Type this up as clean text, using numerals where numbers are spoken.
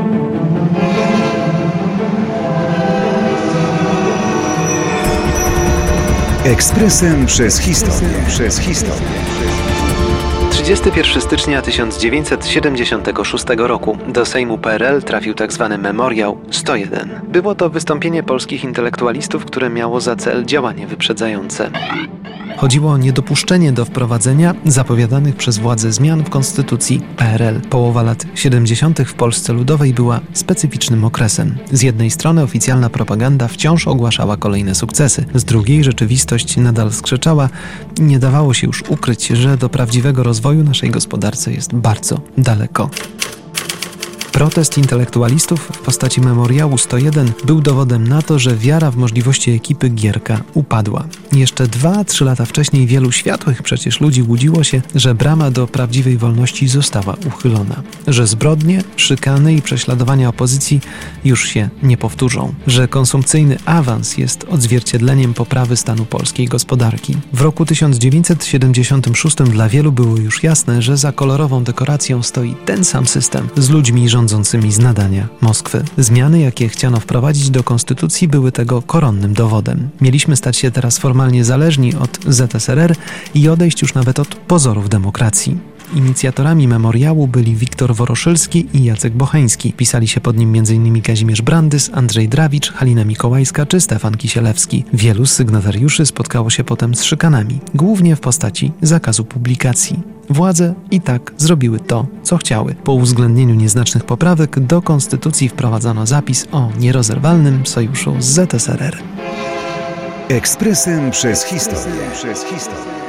Ekspresem przez historię. 31 stycznia 1976 roku do Sejmu PRL trafił tzw. Memoriał 101. Było to wystąpienie polskich intelektualistów, które miało za cel działanie wyprzedzające. Chodziło o niedopuszczenie do wprowadzenia zapowiadanych przez władze zmian w konstytucji PRL. Połowa lat 70. w Polsce Ludowej była specyficznym okresem. Z jednej strony oficjalna propaganda wciąż ogłaszała kolejne sukcesy, z drugiej rzeczywistość nadal skrzeczała i nie dawało się już ukryć, że do prawdziwego rozwoju naszej gospodarce jest bardzo daleko. Protest intelektualistów w postaci Memoriału 101 był dowodem na to, że wiara w możliwości ekipy Gierka upadła. Jeszcze 2-3 lata wcześniej wielu światłych przecież ludzi łudziło się, że brama do prawdziwej wolności została uchylona, że zbrodnie, szykany i prześladowania opozycji już się nie powtórzą, że konsumpcyjny awans jest odzwierciedleniem poprawy stanu polskiej gospodarki. W roku 1976 dla wielu było już jasne, że za kolorową dekoracją stoi ten sam system z ludźmi rządzącymi z nadania Moskwy. Zmiany, jakie chciano wprowadzić do konstytucji, były tego koronnym dowodem. Mieliśmy stać się teraz formalnie zależni od ZSRR i odejść już nawet od pozorów demokracji. Inicjatorami memoriału byli Wiktor Woroszylski i Jacek Bocheński. Pisali się pod nim m.in. Kazimierz Brandys, Andrzej Drawicz, Halina Mikołajska czy Stefan Kisielewski. Wielu z sygnatariuszy spotkało się potem z szykanami, głównie w postaci zakazu publikacji. Władze i tak zrobiły to, co chciały. Po uwzględnieniu nieznacznych poprawek do konstytucji wprowadzono zapis o nierozerwalnym sojuszu z ZSRR. Ekspresem przez historię.